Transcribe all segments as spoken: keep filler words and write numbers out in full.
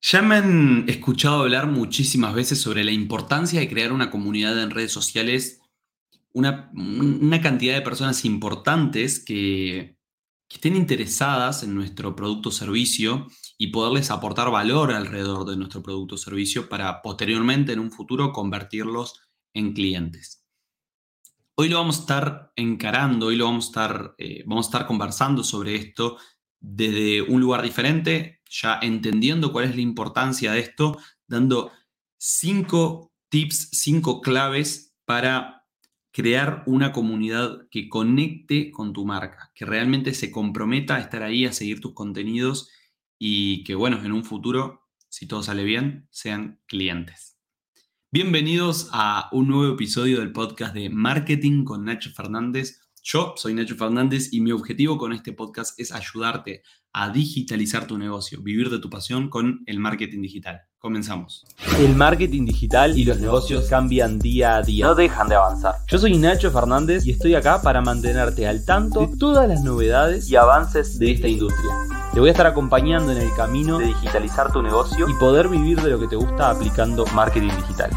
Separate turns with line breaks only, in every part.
Ya me han escuchado hablar muchísimas veces sobre la importancia de crear una comunidad en redes sociales, una, una cantidad de personas importantes que, que estén interesadas en nuestro producto o servicio y poderles aportar valor alrededor de nuestro producto o servicio para posteriormente en un futuro convertirlos en clientes. Hoy lo vamos a estar encarando, hoy lo vamos a estar, eh, vamos a estar conversando sobre esto desde un lugar diferente, ya entendiendo cuál es la importancia de esto, dando cinco tips, cinco claves para crear una comunidad que conecte con tu marca, que realmente se comprometa a estar ahí, a seguir tus contenidos y que, bueno, en un futuro, si todo sale bien, sean clientes. Bienvenidos a un nuevo episodio del podcast de Marketing con Nacho Fernández. Yo soy Nacho Fernández y mi objetivo con este podcast es ayudarte a digitalizar tu negocio, vivir de tu pasión con el marketing digital. Comenzamos.
El marketing digital y los negocios cambian día a día. No dejan de avanzar. Yo soy Nacho Fernández y estoy acá para mantenerte al tanto de todas las novedades y avances de esta industria. Te voy a estar acompañando en el camino de digitalizar tu negocio y poder vivir de lo que te gusta aplicando marketing digital.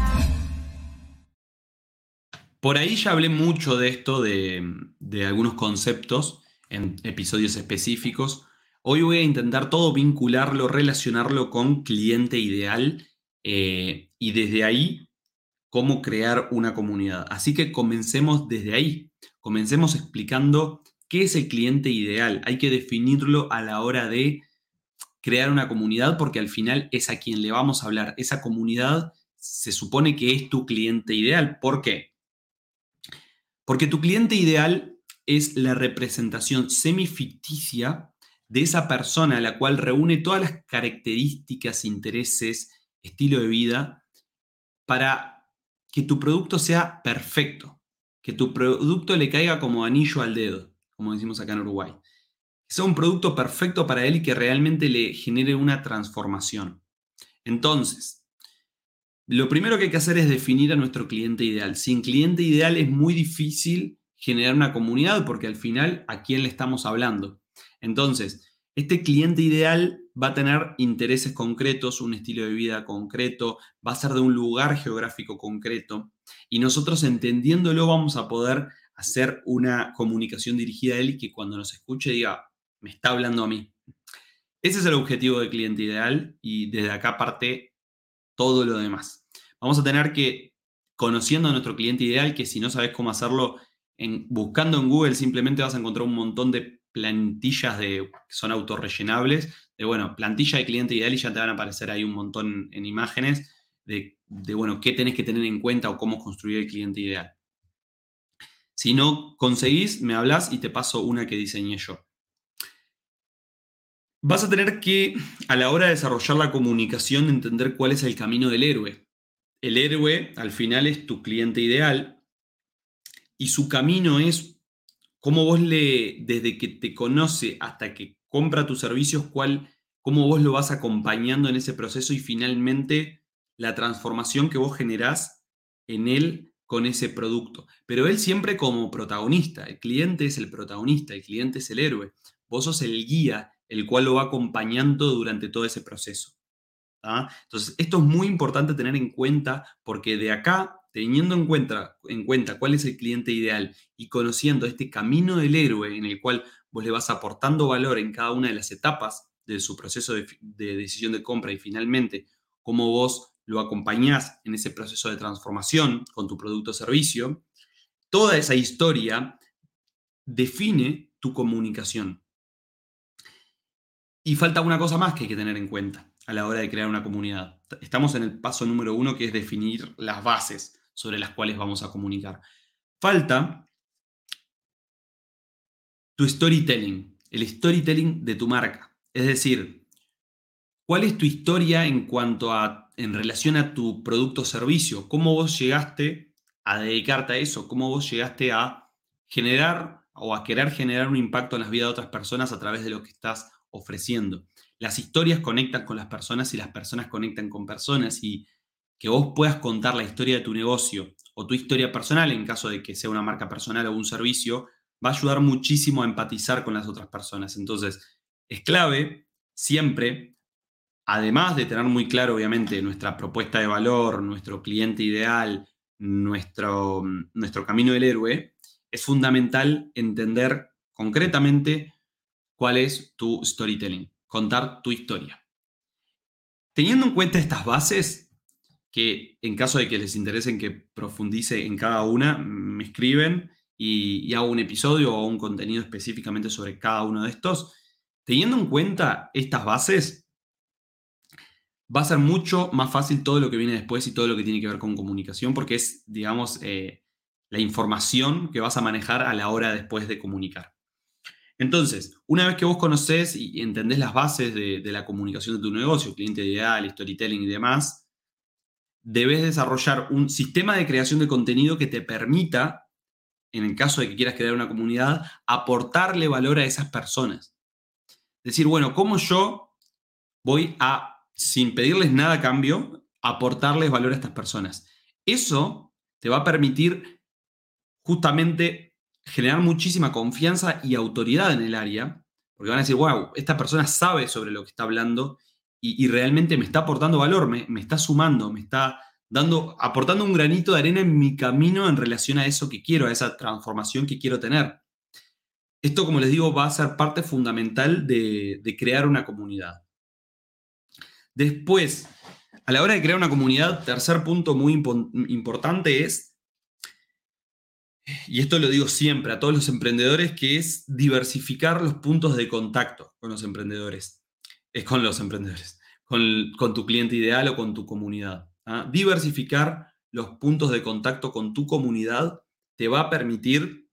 Por ahí ya hablé mucho de esto, de, de algunos conceptos en episodios específicos. Hoy voy a intentar todo vincularlo, relacionarlo con cliente ideal eh, y desde ahí cómo crear una comunidad. Así que comencemos desde ahí. Comencemos explicando qué es el cliente ideal. Hay que definirlo a la hora de crear una comunidad porque al final es a quien le vamos a hablar. Esa comunidad se supone que es tu cliente ideal. ¿Por qué? Porque tu cliente ideal es la representación semificticia de esa persona a la cual reúne todas las características, intereses, estilo de vida para que tu producto sea perfecto, que tu producto le caiga como anillo al dedo, como decimos acá en Uruguay. Que sea un producto perfecto para él y que realmente le genere una transformación. Entonces, lo primero que hay que hacer es definir a nuestro cliente ideal. Sin cliente ideal es muy difícil generar una comunidad porque al final, ¿a quién le estamos hablando? Entonces, este cliente ideal va a tener intereses concretos, un estilo de vida concreto, va a ser de un lugar geográfico concreto y nosotros entendiéndolo vamos a poder hacer una comunicación dirigida a él y que cuando nos escuche diga, me está hablando a mí. Ese es el objetivo del cliente ideal y desde acá parte todo lo demás. Vamos a tener que, conociendo a nuestro cliente ideal, que si no sabes cómo hacerlo, en, buscando en Google simplemente vas a encontrar un montón de plantillas de, que son autorrellenables, de bueno, plantilla de cliente ideal y ya te van a aparecer ahí un montón en imágenes de, de bueno, qué tenés que tener en cuenta o cómo construir el cliente ideal. Si no conseguís, me hablas y te paso una que diseñé yo. Vas a tener que, a la hora de desarrollar la comunicación, entender cuál es el camino del héroe. El héroe, al final, es tu cliente ideal y su camino es cómo vos le, desde que te conoce hasta que compra tus servicios, cuál, cómo vos lo vas acompañando en ese proceso y finalmente la transformación que vos generás en él con ese producto. Pero él siempre como protagonista, el cliente es el protagonista, el cliente es el héroe. Vos sos el guía, el cual lo va acompañando durante todo ese proceso. ¿Ah? Entonces, esto es muy importante tener en cuenta porque de acá, teniendo en cuenta, en cuenta cuál es el cliente ideal y conociendo este camino del héroe en el cual vos le vas aportando valor en cada una de las etapas de su proceso de, de decisión de compra y finalmente cómo vos lo acompañás en ese proceso de transformación con tu producto o servicio, toda esa historia define tu comunicación. Y falta una cosa más que hay que tener en cuenta a la hora de crear una comunidad. Estamos en el paso número uno, que es definir las bases sobre las cuales vamos a comunicar. Falta tu storytelling, el storytelling de tu marca. Es decir, ¿cuál es tu historia en cuanto a, en relación a tu producto o servicio? ¿Cómo vos llegaste a dedicarte a eso? ¿Cómo vos llegaste a generar o a querer generar un impacto en las vidas de otras personas a través de lo que estás ofreciendo? Las historias conectan con las personas y las personas conectan con personas y que vos puedas contar la historia de tu negocio o tu historia personal, en caso de que sea una marca personal o un servicio, va a ayudar muchísimo a empatizar con las otras personas. Entonces, es clave siempre además de tener muy claro, obviamente, nuestra propuesta de valor, nuestro cliente ideal, nuestro, nuestro camino del héroe, es fundamental entender concretamente cuál es tu storytelling, contar tu historia. Teniendo en cuenta estas bases, que en caso de que les interesen que profundice en cada una, me escriben y, y hago un episodio o un contenido específicamente sobre cada uno de estos. Teniendo en cuenta estas bases, va a ser mucho más fácil todo lo que viene después y todo lo que tiene que ver con comunicación, porque es, digamos, eh, la información que vas a manejar a la hora después de comunicar. Entonces, una vez que vos conocés y entendés las bases de, de la comunicación de tu negocio, cliente ideal, storytelling y demás, debes desarrollar un sistema de creación de contenido que te permita, en el caso de que quieras crear una comunidad, aportarle valor a esas personas. Decir, bueno, ¿cómo yo voy a, sin pedirles nada a cambio, aportarles valor a estas personas? Eso te va a permitir justamente generar muchísima confianza y autoridad en el área, porque van a decir, wow, esta persona sabe sobre lo que está hablando y, y realmente me está aportando valor, me, me está sumando, me está dando, aportando un granito de arena en mi camino en relación a eso que quiero, a esa transformación que quiero tener. Esto, como les digo, va a ser parte fundamental de, de crear una comunidad. Después, a la hora de crear una comunidad, tercer punto muy impo- importante es, y esto lo digo siempre a todos los emprendedores, que es diversificar los puntos de contacto con los emprendedores. Es con los emprendedores, con, con tu cliente ideal o con tu comunidad. ¿Ah? Diversificar los puntos de contacto con tu comunidad te va a permitir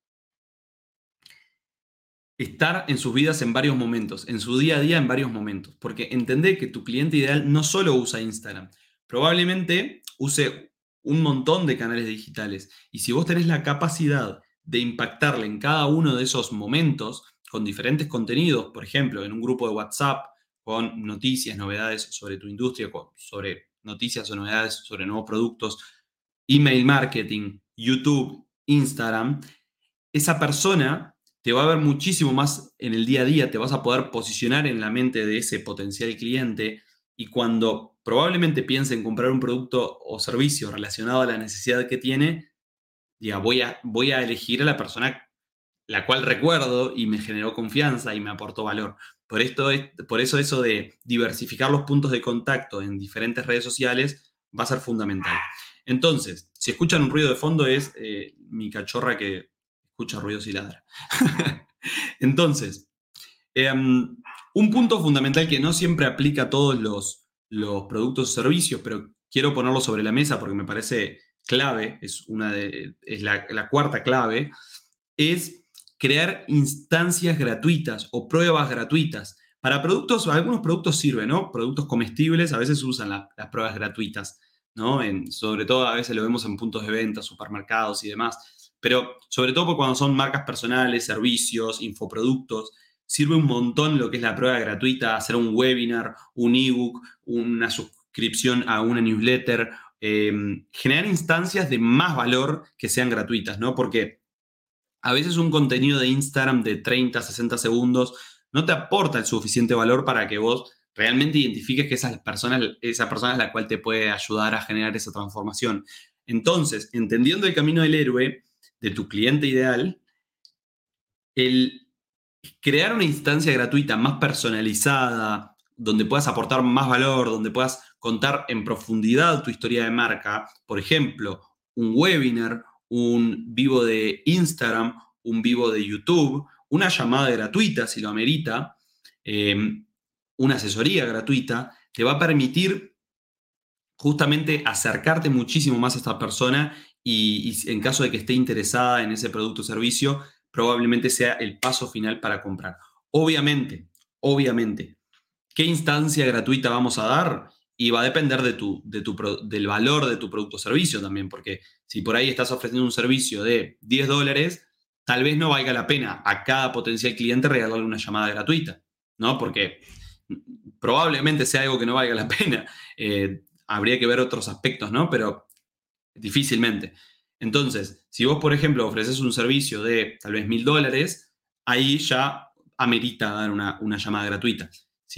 estar en sus vidas en varios momentos, en su día a día en varios momentos. Porque entendé que tu cliente ideal no solo usa Instagram, probablemente use un montón de canales digitales. Y si vos tenés la capacidad de impactarle en cada uno de esos momentos con diferentes contenidos, por ejemplo, en un grupo de WhatsApp con noticias, novedades sobre tu industria, sobre noticias o novedades sobre nuevos productos, email marketing, YouTube, Instagram, esa persona te va a ver muchísimo más en el día a día, te vas a poder posicionar en la mente de ese potencial cliente y cuando probablemente piense en comprar un producto o servicio relacionado a la necesidad que tiene, diga, voy a, voy a elegir a la persona la cual recuerdo y me generó confianza y me aportó valor. Por, esto es, por eso eso de diversificar los puntos de contacto en diferentes redes sociales va a ser fundamental. Entonces, si escuchan un ruido de fondo es eh, mi cachorra que escucha ruidos y ladra. Entonces, eh, un punto fundamental que no siempre aplica a todos los, los productos o servicios, pero quiero ponerlo sobre la mesa porque me parece clave, es, una de, es la, la cuarta clave, es crear instancias gratuitas o pruebas gratuitas. Para productos, algunos productos sirven, ¿no? Productos comestibles a veces usan la, las pruebas gratuitas, ¿no? En, sobre todo a veces lo vemos en puntos de venta, supermercados y demás. Pero sobre todo cuando son marcas personales, servicios, infoproductos, sirve un montón lo que es la prueba gratuita, hacer un webinar, un ebook, una suscripción a una newsletter, eh, generar instancias de más valor que sean gratuitas, ¿no? Porque a veces un contenido de Instagram de treinta, sesenta segundos no te aporta el suficiente valor para que vos realmente identifiques que esa persona, esa persona es la cual te puede ayudar a generar esa transformación. Entonces, entendiendo el camino del héroe de tu cliente ideal, el crear una instancia gratuita más personalizada, donde puedas aportar más valor, donde puedas contar en profundidad tu historia de marca, por ejemplo, un webinar, un vivo de Instagram, un vivo de YouTube, una llamada gratuita si lo amerita, eh, una asesoría gratuita, te va a permitir justamente acercarte muchísimo más a esta persona y, y en caso de que esté interesada en ese producto o servicio, probablemente sea el paso final para comprar. Obviamente, obviamente, ¿qué instancia gratuita vamos a dar? Y va a depender de tu, de tu, del valor de tu producto o servicio también, porque si por ahí estás ofreciendo un servicio de diez dólares, tal vez no valga la pena a cada potencial cliente regalarle una llamada gratuita, ¿no? Porque probablemente sea algo que no valga la pena. Eh, habría que ver otros aspectos, ¿no? Pero difícilmente. Entonces, si vos, por ejemplo, ofreces un servicio de tal vez mil dólares, ahí ya amerita dar una, una llamada gratuita. Si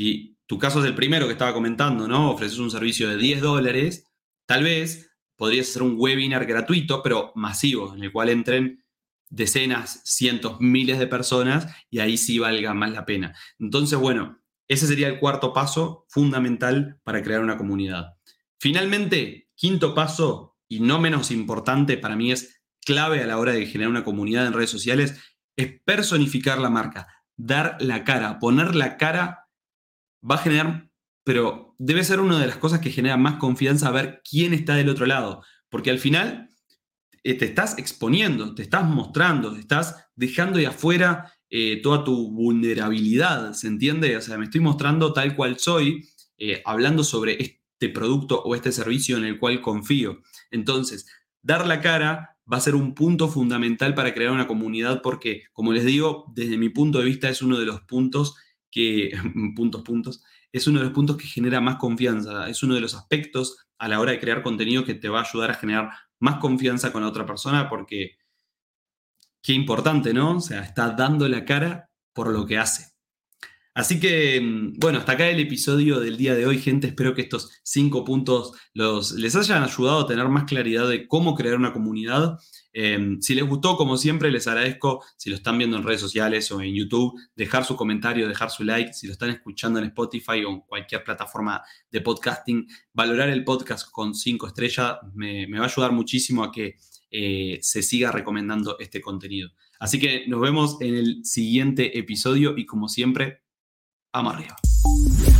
tu caso es el primero que estaba comentando, ¿no? Ofreces un servicio de diez dólares, tal vez podrías hacer un webinar gratuito, pero masivo, en el cual entren decenas, cientos, miles de personas y ahí sí valga más la pena. Entonces, bueno, ese sería el cuarto paso fundamental para crear una comunidad. Finalmente, quinto paso, y no menos importante, para mí es clave a la hora de generar una comunidad en redes sociales, es personificar la marca, dar la cara, poner la cara va a generar, pero debe ser una de las cosas que genera más confianza ver quién está del otro lado, porque al final eh, te estás exponiendo, te estás mostrando, te estás dejando de afuera eh, toda tu vulnerabilidad, ¿se entiende? O sea, me estoy mostrando tal cual soy, eh, hablando sobre este producto o este servicio en el cual confío. Entonces, dar la cara va a ser un punto fundamental para crear una comunidad porque, como les digo, desde mi punto de vista es uno de los puntos que, puntos, puntos, es uno de los puntos que genera más confianza, es uno de los aspectos a la hora de crear contenido que te va a ayudar a generar más confianza con la otra persona porque qué importante, ¿no? O sea, está dando la cara por lo que hace. Así que, bueno, hasta acá el episodio del día de hoy, gente. Espero que estos cinco puntos los, les hayan ayudado a tener más claridad de cómo crear una comunidad. Eh, si les gustó, como siempre, les agradezco, si lo están viendo en redes sociales o en YouTube, dejar su comentario, dejar su like. Si lo están escuchando en Spotify o en cualquier plataforma de podcasting, valorar el podcast con cinco estrellas me, me va a ayudar muchísimo a que eh, se siga recomendando este contenido. Así que nos vemos en el siguiente episodio y, como siempre, vamos arriba.